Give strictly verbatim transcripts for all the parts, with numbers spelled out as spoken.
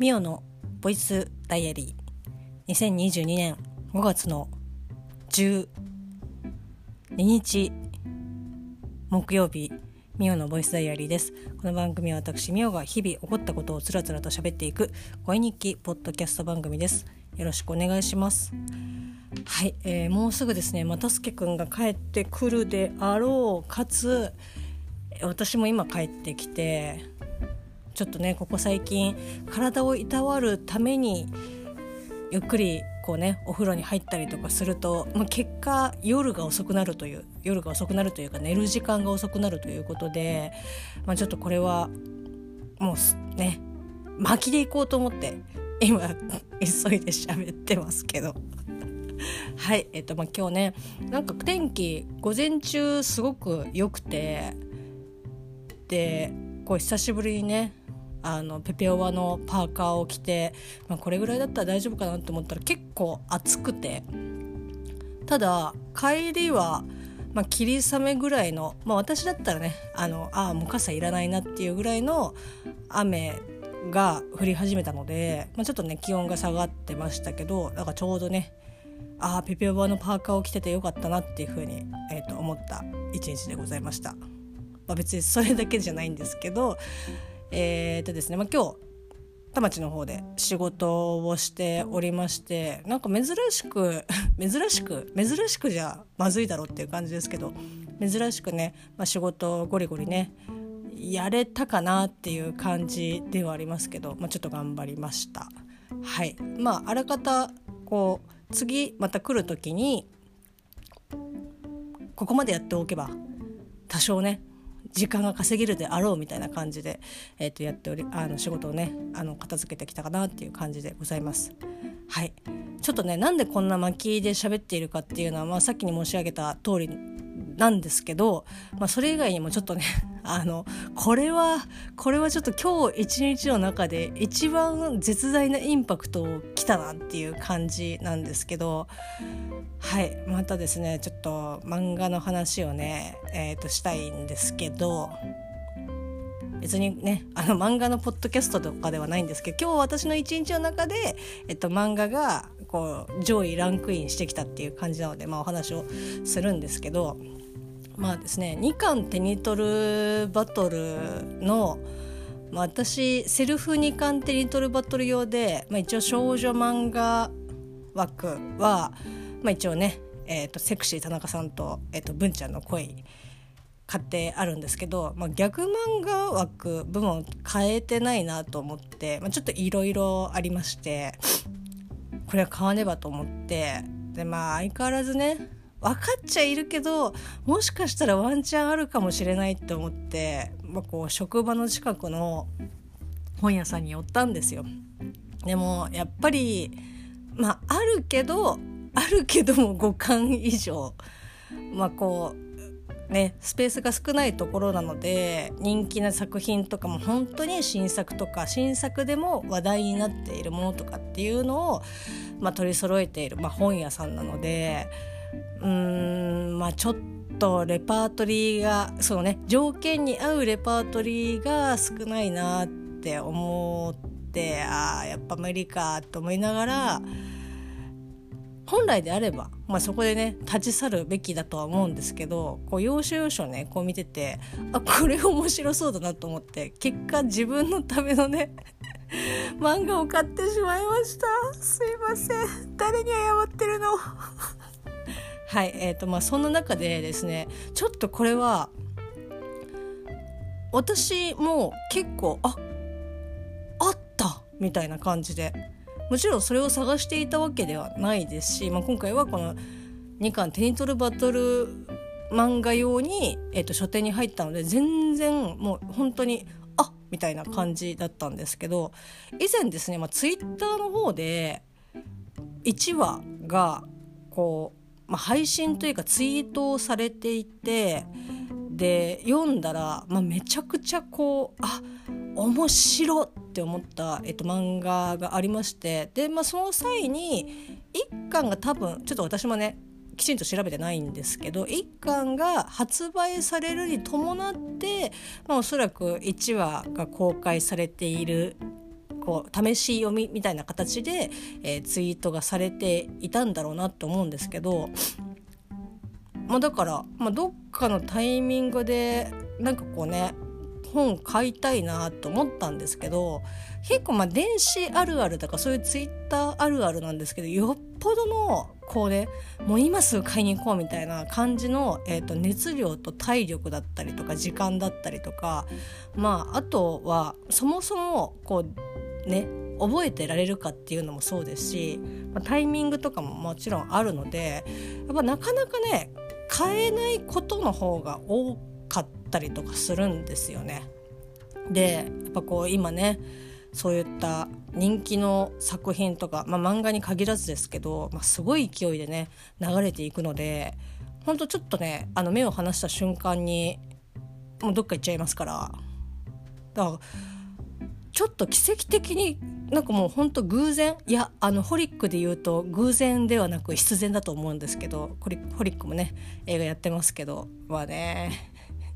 ミオのボイスダイアリーにせんにじゅうにねんごがつのじゅうににち木曜日、ミオのボイスダイアリーです。この番組は私ミオが日々起こったことをつらつらと喋っていく声日記ポッドキャスト番組です。よろしくお願いします。はい、えー、もうすぐですね、またすけくんが帰ってくるであろう。かつ私も今帰ってきて、ちょっとねここ最近体をいたわるためにゆっくりこうねお風呂に入ったりとかすると、まあ、結果夜が遅くなるという夜が遅くなるというか寝る時間が遅くなるということで、まあ、ちょっとこれはもうね巻きでいこうと思って今急いで喋ってますけどはい、えっとまあ今日ねなんか天気午前中すごく良くて、でこう久しぶりにねあのペペオバのパーカーを着て、まあ、これぐらいだったら大丈夫かなと思ったら結構暑くて、ただ帰りは、まあ、霧雨ぐらいの、まあ、私だったらねあのあもう傘いらないなっていうぐらいの雨が降り始めたので、まあ、ちょっとね気温が下がってましたけど、だからちょうどねあペペオバのパーカーを着ててよかったなっていうふうに、えーと思った一日でございました。まあ、別にそれだけじゃないんですけど、えーとですねまあ、今日田町の方で仕事をしておりまして、なんか珍しく珍しく珍しくじゃまずいだろうっていう感じですけど、珍しくね、まあ、仕事をゴリゴリねやれたかなっていう感じではありますけど、まあ、ちょっと頑張りました。はい、まああらかたこう次また来る時にここまでやっておけば多少ね時間が稼げるであろうみたいな感じで、えー、とやっておりあの仕事をねあの片付けてきたかなっていう感じでございます。はい、ちょっとねなんでこんな巻きで喋っているかっていうのは、まあ、さっきに申し上げた通りなんですけど、まあ、それ以外にもちょっとねあのこれはこれはちょっと今日一日の中で一番絶大なインパクトをきたなっていう感じなんですけど、はいまたですねちょっと漫画の話をね、えー、としたいんですけど、別にねあの漫画のポッドキャストとかではないんですけど、今日私の一日の中で、えっと、漫画がこう上位ランクインしてきたっていう感じなので、まあ、お話をするんですけど、まあですねにかん手に取るバトルの、まあ、私セルフにかん手に取るバトル用で、まあ、一応少女漫画枠は、まあ、一応ね、えー、とセクシー田中さんと、えー、と文ちゃんの恋買ってあるんですけど、まあ、逆漫画枠部門変えてないなと思って、まあ、ちょっといろいろありまして、これは買わねばと思って、でまあ相変わらずね分かっちゃいるけどもしかしたらワンチャンあるかもしれないと思って、まあ、こう職場の近くの本屋さんに寄ったんですよ。でもやっぱりまああるけどあるけどもごかん以上、まあこうねスペースが少ないところなので、人気な作品とかも本当に新作とか新作でも話題になっているものとかっていうのを、まあ、取り揃えている、まあ、本屋さんなので、うーんまあちょっとレパートリーがそのね条件に合うレパートリーが少ないなって思って、あーやっぱ無理かと思いながら、本来であれば、まあ、そこでね立ち去るべきだとは思うんですけど、こう要所要所ねこう見てて、あこれ面白そうだなと思って、結果自分のためのね漫画を買ってしまいました。すいません、誰に謝ってるのはい、えーとまあそんな中でですね、ちょっとこれは私も結構ああったみたいな感じで、もちろんそれを探していたわけではないですし、まあ、今回はこのにかん手に取るバトル漫画用に、えーと書店に入ったので、全然もう本当にあみたいな感じだったんですけど、以前ですね、まあ、ツイッターの方でいちわがこう、まあ、配信というかツイートをされていて、で読んだら、まあ、めちゃくちゃこうあ面白って思った、えっと、漫画がありまして、で、まあ、その際にいっかんが多分ちょっと私もねきちんと調べてないんですけど、いっかんが発売されるに伴って、まあ、おそらくいちわが公開されているこう試し読みみたいな形で、えー、ツイートがされていたんだろうなと思うんですけど、まあ、だから、まあ、どっかのタイミングでなんかこうね本買いたいなと思ったんですけど、結構まあ電子あるあるとかそういうツイッターあるあるなんですけど、よっぽどのこうねもう今すぐ買いに行こうみたいな感じの、えーと、熱量と体力だったりとか時間だったりとか、まああとはそもそもこうね覚えてられるかっていうのもそうですし、まあ、タイミングとかももちろんあるので、やっぱなかなかね買えないことの方が多かったりとかするんですよね。でやっぱこう今ねそういった人気の作品とか、まあ、漫画に限らずですけど、まあ、すごい勢いでね流れていくので、ほんとちょっとねあの目を離した瞬間にもうどっか行っちゃいますから、だからちょっと奇跡的になんかもうほんと偶然、いやあのホリックで言うと偶然ではなく必然だと思うんですけど、ホリックもね映画やってますけど、まあね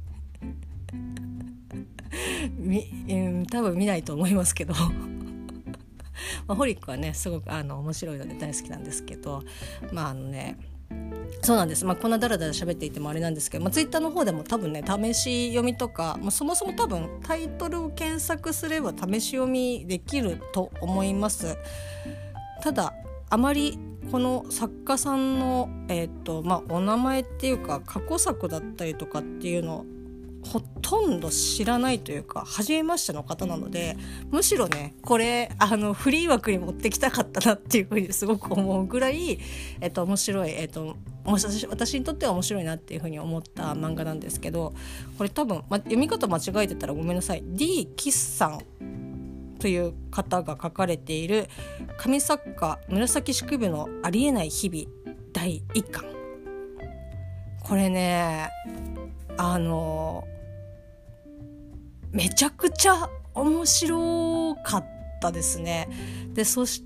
み、うん、多分見ないと思いますけどまあ、ホリックはねすごくあの面白いので大好きなんですけど、まああのねそうなんです、まあ、こんなダラダラ喋っていてもあれなんですけど、まあ、ツイッターの方でも多分ね試し読みとか、まあ、そもそも多分タイトルを検索すれば試し読みできると思います。ただあまりこの作家さんの、えーとまあ、お名前っていうか過去作だったりとかっていうのをほとんど知らないというか初めましての方なので、むしろねこれあのフリー枠に持ってきたかったなっていうふうにすごく思うぐらい、えっと、面白い、えっと、私, 私にとっては面白いなっていうふうに思った漫画なんですけど、これ多分、ま、読み方間違えてたらごめんなさい。 D キスさんという方が書かれている紙作家紫式部のありえない日々だいいっかん、これねあのめちゃくちゃ面白かったですね。でそして、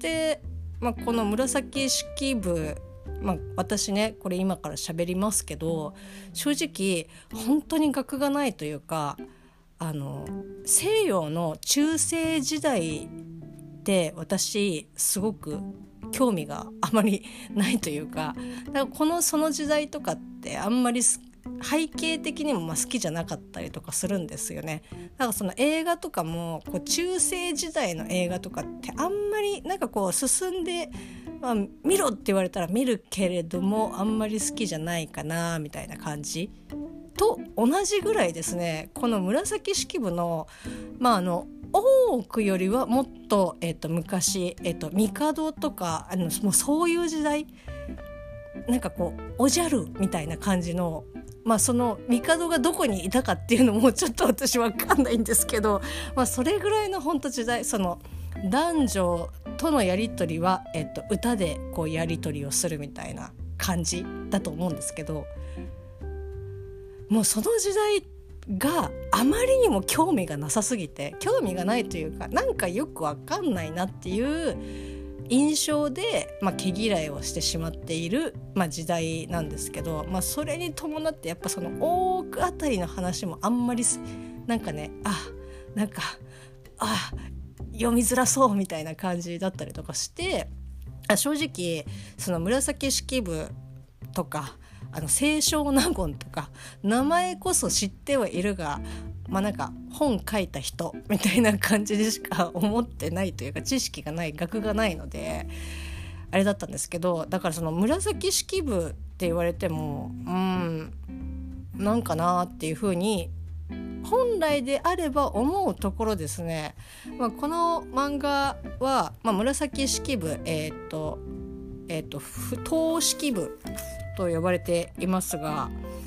まあ、この紫式部、まあ、私ねこれ今から喋りますけど、正直本当に学がないというか、あの西洋の中世時代って私すごく興味があまりないというか、だからこのその時代とかってあんまり背景的にもまあ好きじゃなかったりとかするんですよね。だからその映画とかもこう中世時代の映画とかってあんまりなんかこう進んで、まあ、見ろって言われたら見るけれどもあんまり好きじゃないかなみたいな感じと同じぐらいですね。この紫式部の、まあ、あの大奥よりはもっと、えー、と昔、えー、と帝とかあのもうそういう時代、なんかこうおじゃるみたいな感じの、まあ、その帝がどこにいたかっていうのもちょっと私分かんないんですけど、まあ、それぐらいの本当時代、その男女とのやり取りは、えっと、歌でこうやり取りをするみたいな感じだと思うんですけど、もうその時代があまりにも興味がなさすぎて、興味がないというかなんかよく分かんないなっていう印象で、まあ、毛嫌いをしてしまっている、まあ、時代なんですけど、まあ、それに伴ってやっぱその大奥あたりの話もあんまりなんかねあなんかあ読みづらそうみたいな感じだったりとかして、正直その紫式部とかあの清少納言とか名前こそ知ってはいるが、まあなんか本書いた人みたいな感じでしか思ってないというか知識がない学がないのであれだったんですけど、だからその紫式部って言われてもうーんなんかなっていう風に本来であれば思うところですね。まあ、この漫画は、まあ、紫式部えっ、ー、とえっ、ー、と不等式部と呼ばれていますが、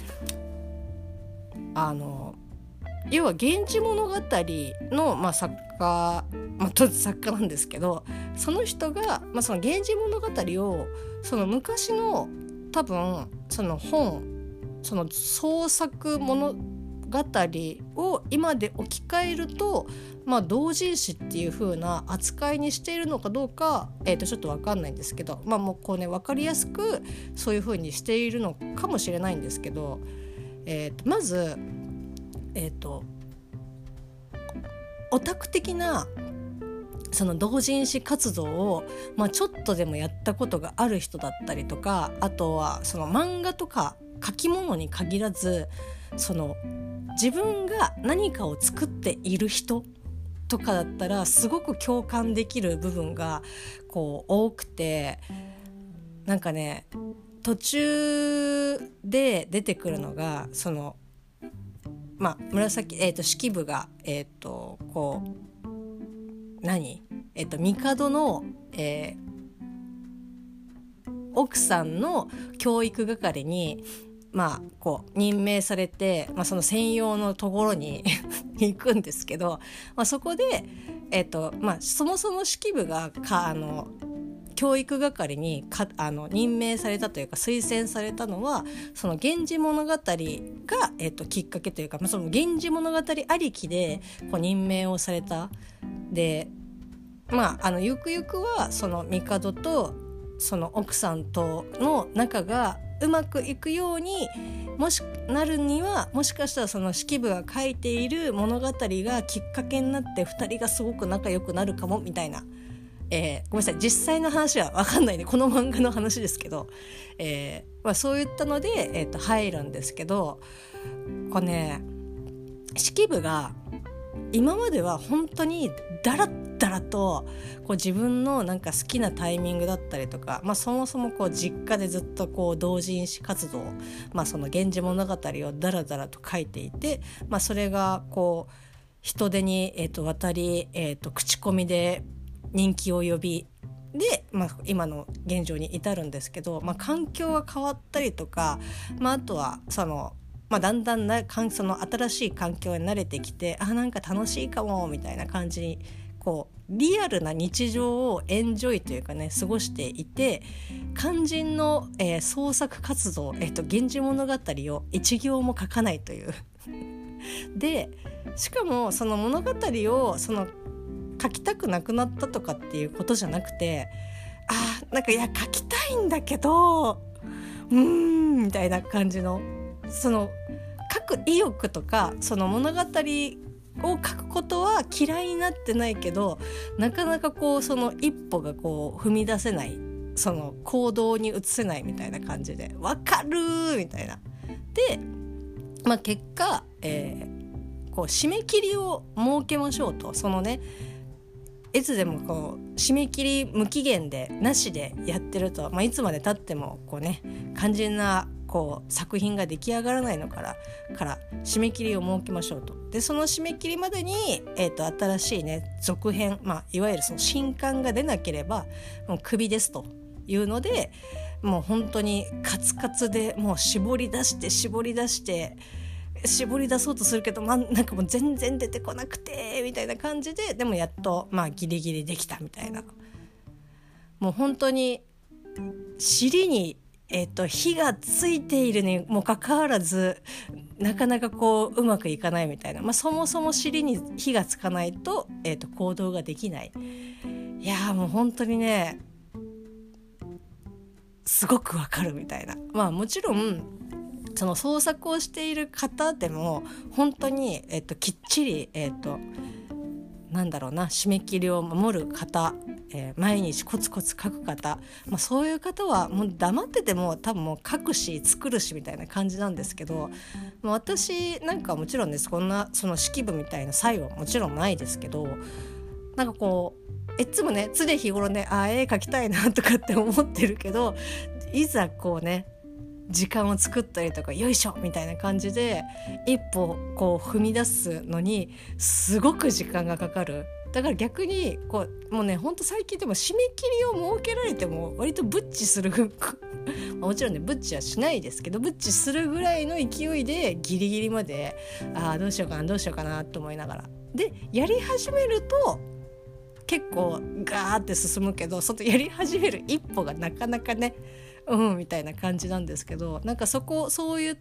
あの要は源氏物語の、まあ、作家、まあ、作家なんですけど、その人が、まあ、その源氏物語をその昔の多分その本その創作物語を今で置き換えると、まあ、同人誌っていう風な扱いにしているのかどうか、えー、とちょっと分かんないんですけど、まあもうこうね分かりやすくそういう風にしているのかもしれないんですけど、えー、とまず、えー、とオタク的なその同人誌活動を、まあ、ちょっとでもやったことがある人だったりとか、あとはその漫画とか書き物に限らず、その自分が何かを作っている人とかだったらすごく共感できる部分がこう多くて、なんかね途中で出てくるのがそのまあ紫、えー、と式部がえっ、ー、とこう何えっ、ー、と帝の、えー、奥さんの教育係にまあこう任命されて、まあ、その専用のところに行くんですけど、まあ、そこでえっ、ー、とまあそもそも式部がかあの教育係にかあの任命されたというか推薦されたのはその源氏物語が、えー、ときっかけというか、まあ、その源氏物語ありきでこう任命をされた。でまああのゆくゆくはその帝とその奥さんとの仲がうまくいくようにもしなるには、もしかしたらその式部が書いている物語がきっかけになってふたりがすごく仲良くなるかもみたいな、えー、ごめんなさい実際の話は分かんないね、この漫画の話ですけど、えーまあ、そういったので、えー、と入るんですけど、これね式部が今までは本当にダラッダラとこう自分のなんか好きなタイミングだったりとか、まあ、そもそもこう実家でずっとこう同人誌活動、まあ、その源氏物語をダラダラと書いていて、まあ、それがこう人手に、えー、と渡り、えー、と口コミで人気を呼びで、まあ、今の現状に至るんですけど、まあ、環境が変わったりとか、まあ、あとはそのまあ、だんだんなその新しい環境に慣れてきて、あなんか楽しいかもみたいな感じにこうリアルな日常をエンジョイというかね過ごしていて、肝心の、えー、創作活動、えーと、源氏物語を一行も書かないというでしかもその物語をその書きたくなくなったとかっていうことじゃなくて、あなんかいや書きたいんだけどうーんみたいな感じのその書く意欲とかその物語を書くことは嫌いになってないけど、なかなかこうその一歩がこう踏み出せない、その行動に移せないみたいな感じでわかるみたいなで、まあ、結果、えー、こう締め切りを設けましょうと、そのねいつでもこう締め切り無期限でなしでやってると、まあ、いつまで経ってもこうね肝心なこう作品が出来上がらないのからから締め切りを設けましょうと。でその締め切りまでに、えー、と新しいね続編、まあ、いわゆるその新刊が出なければもうクビですというので、もう本当にカツカツでもう絞り出して絞り出して絞り出そうとするけど、まあ、なんかもう全然出てこなくてみたいな感じで、でもやっとまあギリギリできたみたいな、もう本当に尻にえー、と火がついているにもかかわらずなかなかこううまくいかないみたいな、まあ、そもそも尻に火がつかないと、えー、と行動ができない。いやもう本当にねすごくわかるみたいな、まあもちろんその創作をしている方でも本当に、えー、ときっちり、えー、となんだろうな締め切りを守る方、えー、毎日コツコツ書く方、まあ、そういう方はもう黙ってても多分もう書くし作るしみたいな感じなんですけど、まあ、私なんかもちろんですこんなその式部みたいな才はもちろんないですけど、なんかこういつもね常日頃ねあ絵描きたいなとかって思ってるけど、いざこうね時間を作ったりとかよいしょみたいな感じで一歩こう踏み出すのにすごく時間がかかる。だから逆にこうもうねほんと最近でも締め切りを設けられても割とブッチするもちろんねブッチはしないですけどブッチするぐらいの勢いでギリギリまであどうしようかなどうしようかなと思いながらでやり始めると結構ガーって進むけど、そのやり始める一歩がなかなかねうんみたいな感じなんですけど、なんかそこそういった、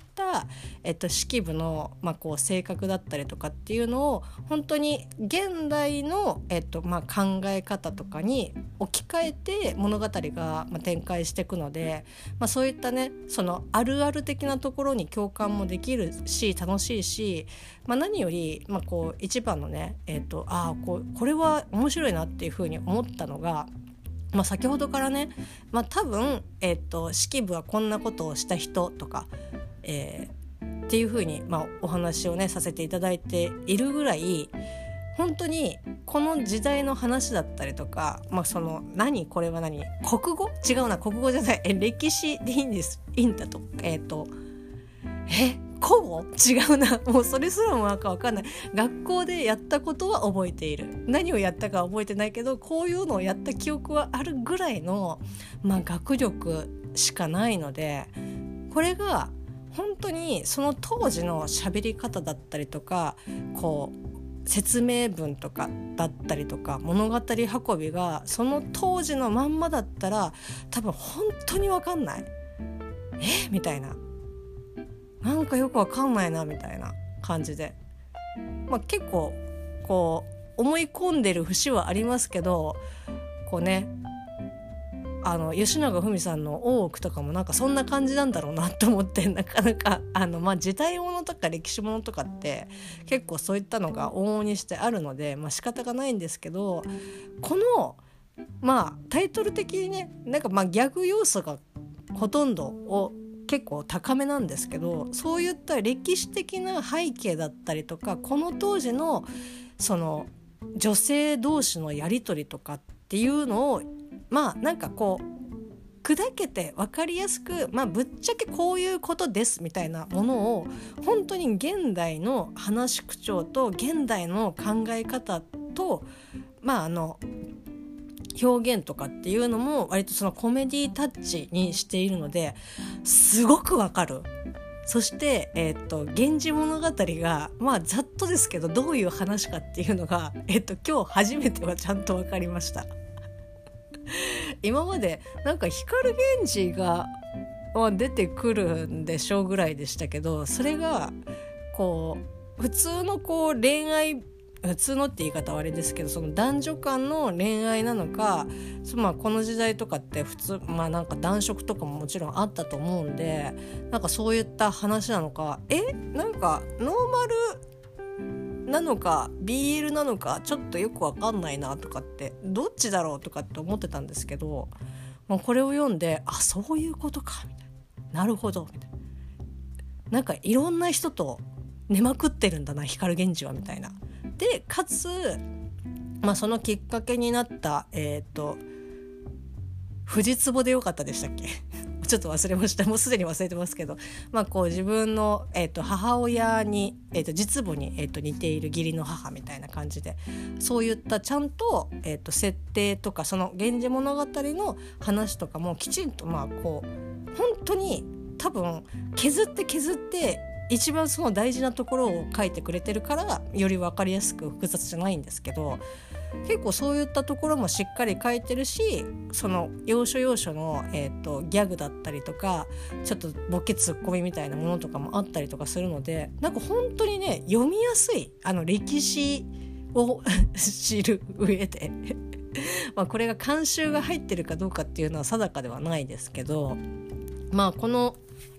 えっと、式部の、まあ、こう性格だったりとかっていうのを本当に現代の、えっとまあ、考え方とかに置き換えて物語が、まあ、展開していくので、まあ、そういったねそのあるある的なところに共感もできるし楽しいし、まあ、何より、まあ、こう一番のね、えっと、ああ こ, これは面白いなっていうふうに思ったのが、まあ、先ほどからね、まあ、多分、えー、と式部はこんなことをした人とか、えー、っていう風に、まあ、お話をねさせていただいているぐらい本当にこの時代の話だったりとか、まあ、その何これは何国語違うな国語じゃないえ歴史でいいんですいいんだとえっ、ー、とえ古語違うなもうそれすらもなんか分かんない。学校でやったことは覚えている、何をやったか覚えてないけどこういうのをやった記憶はあるぐらいの、まあ、学力しかないので、これが本当にその当時の喋り方だったりとかこう説明文とかだったりとか物語運びがその当時のまんまだったら多分本当に分かんないえみたいな、なんかよくわかんないなみたいな感じで、まあ、結構こう思い込んでる節はありますけど、こうねあの吉永文さんの大奥とかもなんかそんな感じなんだろうなと思って、なかなかあの、まあ、時代物とか歴史物とかって結構そういったのが往々にしてあるので、まあ、仕方がないんですけど、このまあタイトル的にねなんかまあギャグ要素がほとんどを結構高めなんですけど、そういった歴史的な背景だったりとかこの当時のその女性同士のやり取りとかっていうのをまあなんかこう砕けて分かりやすく、まあ、ぶっちゃけこういうことですみたいなものを本当に現代の話し口調と現代の考え方とまああの表現とかっていうのも割とそのコメディタッチにしているのですごくわかる。そして、えー、と源氏物語がまあざっとですけどどういう話かっていうのが、えー、と今日初めてはちゃんとわかりました今までなんか光源氏が出てくるんでしょうぐらいでしたけど、それがこう普通のこう恋愛普通のって言い方はあれですけどその男女間の恋愛なのか、まあ、この時代とかって普通まあなんか男色とかももちろんあったと思うんで、なんかそういった話なのかえなんかノーマルなのか ビーエル なのかちょっとよくわかんないなとかってどっちだろうとかって思ってたんですけど、まあ、これを読んであそういうことかみたいな、なるほどみたいな、なんかいろんな人と寝まくってるんだな光源氏はみたいな。でかつ、まあ、そのきっかけになったえっと藤壺でよかったでしたっけちょっと忘れました、もうすでに忘れてますけど、まあ、こう自分の、えー、と母親に、えー、と実母に、えー、と似ている義理の母みたいな感じでそういったちゃんと、えー、と設定とかその源氏物語の話とかもきちんとまあこう本当に多分削って削って一番その大事なところを書いてくれてるからより分かりやすく複雑じゃないんですけど、結構そういったところもしっかり書いてるし、その要所要所の、えーと、ギャグだったりとかちょっとボケツッコミみたいなものとかもあったりとかするので、なんか本当にね読みやすいあの歴史を知る上でまあこれが監修が入ってるかどうかっていうのは定かではないですけど、まあこの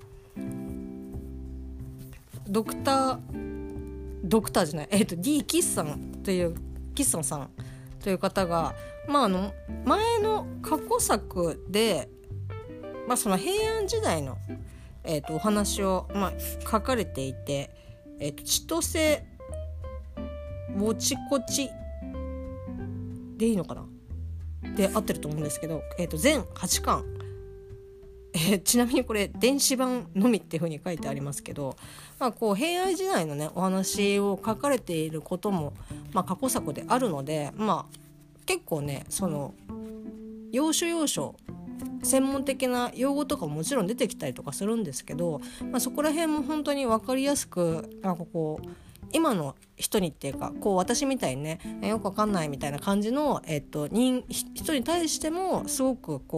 ドクタードクターじゃないえっと D キッサンというキッサンさんという方が、まあ、あの前の過去作で、まあ、その平安時代の、えー、とお話を、まあ、書かれていて、えー、と千歳ぼちこちでいいのかなで合ってると思うんですけど、えー、と全はちかん、えー、ちなみにこれ電子版のみっていう風に書いてありますけど、まあ、こう平安時代のねお話を書かれていることも、まあ、過去作であるので、まあ、結構ねその要所要所専門的な用語とかももちろん出てきたりとかするんですけど、まあ、そこら辺も本当に分かりやすくなんかこう今の人にっていうかこう私みたいにねよく分かんないみたいな感じの、えっと、人, 人に対してもすごくこう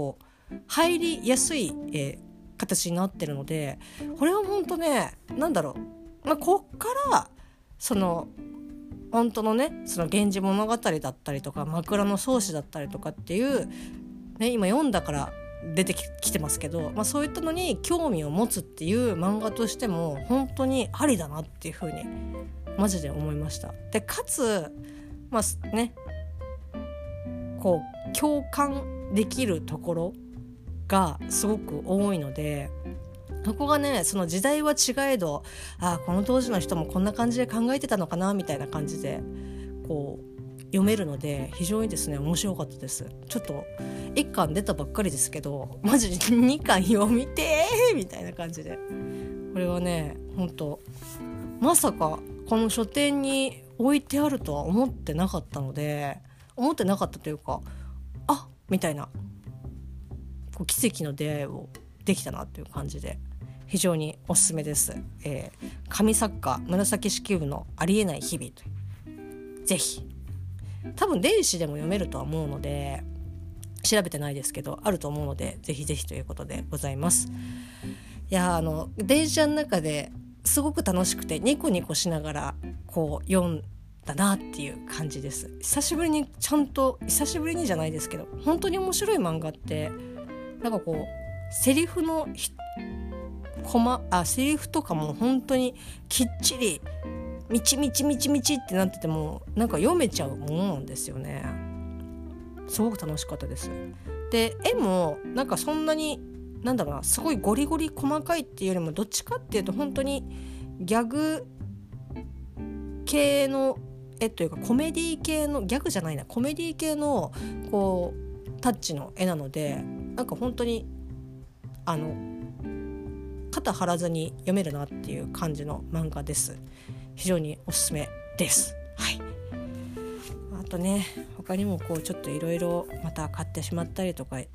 入りやすい、えー、形になってるので、これは本当ね、なんだろう、まあ、こっからその本当のね、その源氏物語だったりとか枕草子だったりとかっていう、ね、今読んだから出てきてますけど、まあ、そういったのに興味を持つっていう漫画としても本当にありだなっていう風にマジで思いました。でかつ、まあね、こう共感できるところがすごく多いので、そこがね、その時代は違えど、あこの当時の人もこんな感じで考えてたのかなみたいな感じでこう読めるので、非常にですね面白かったです。ちょっといっかん出たばっかりですけど、マジでにかん読みてーみたいな感じで、これはね本当まさかこの書店に置いてあるとは思ってなかったので、思ってなかったというか、あみたいなこう奇跡の出会いをできたなという感じで非常におすすめです。えー、神作家紫式部のありえない日々という、ぜひ多分電子でも読めるとは思うので、調べてないですけどあると思うので、ぜひぜひということでございます。いやあの電車の中ですごく楽しくてニコニコしながらこう読んだなっていう感じです。久しぶりにちゃんと、久しぶりにじゃないですけど、本当に面白い漫画ってなんかこうセリフのコマあセリフとかも本当にきっちりみちみちみちみちってなっててもなんか読めちゃうものなんですよね。すごく楽しかったです。で絵もなんかそんなになんだろうな、すごいゴリゴリ細かいっていうよりもどっちかっていうと本当にギャグ系の絵というか、コメディ系のギャグじゃないなコメディ系のこうタッチの絵なので、なんか本当にあの肩張らずに読めるなっていう感じの漫画です。非常におすすめです。はい。あとね、他にもこうちょっといろいろまた買ってしまったりとかして、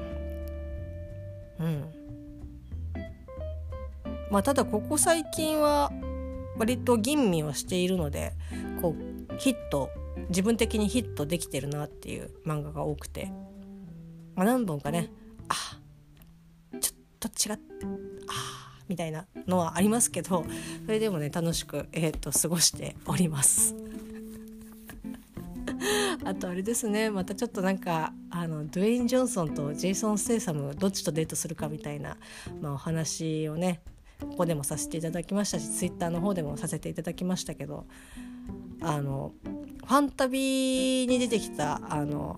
うんまあただここ最近は割と吟味をしているので、こうヒット自分的にヒットできてるなっていう漫画が多くて、まあ、何本かね、あちょっと違っあみたいなのはありますけど、それでもね楽しく、えー、と過ごしておりますあとあれですね、またちょっとなんかあのドゥエイン・ジョンソンとジェイソン・ステイサムどっちとデートするかみたいな、まあ、お話をねここでもさせていただきましたし、ツイッターの方でもさせていただきましたけど、あのファンタビに出てきたあの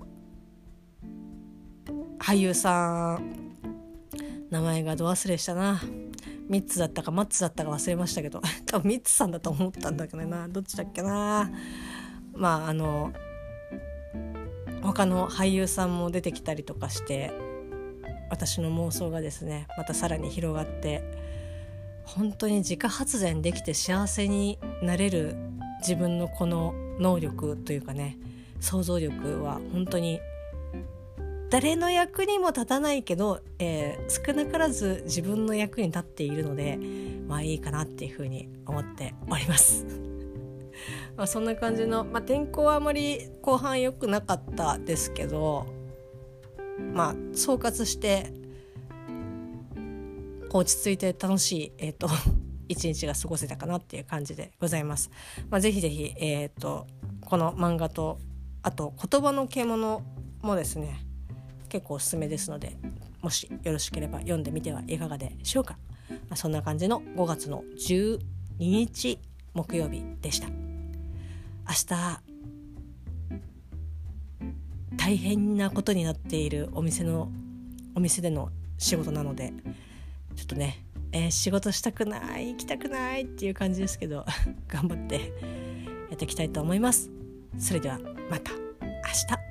俳優さん、名前がど忘れしたな、ミッツだったかマッツだったか忘れましたけど多分ミッツさんだと思ったんだけどな、どっちだっけな。まああの他の俳優さんも出てきたりとかして、私の妄想がですねまたさらに広がって、本当に自家発電できて幸せになれる自分のこの能力というかね、想像力は本当に誰の役にも立たないけど、えー、少なからず自分の役に立っているので、まあいいかなっていうふうに思っておりますまあそんな感じの、まあ、天候はあまり後半良くなかったですけど、まあ総括して落ち着いて楽しい、えー、と一日が過ごせたかなっていう感じでございます。まあ、ぜひぜひ、えー、とこの漫画とあと言葉の獣もですね結構おすすめですので、もしよろしければ読んでみてはいかがでしょうか。まあ、そんな感じのごがつのじゅうににち木曜日でした。明日大変なことになっているお店のお店での仕事なので、ちょっとね、えー、仕事したくない行きたくないっていう感じですけど頑張ってやっていきたいと思います。それではまた明日。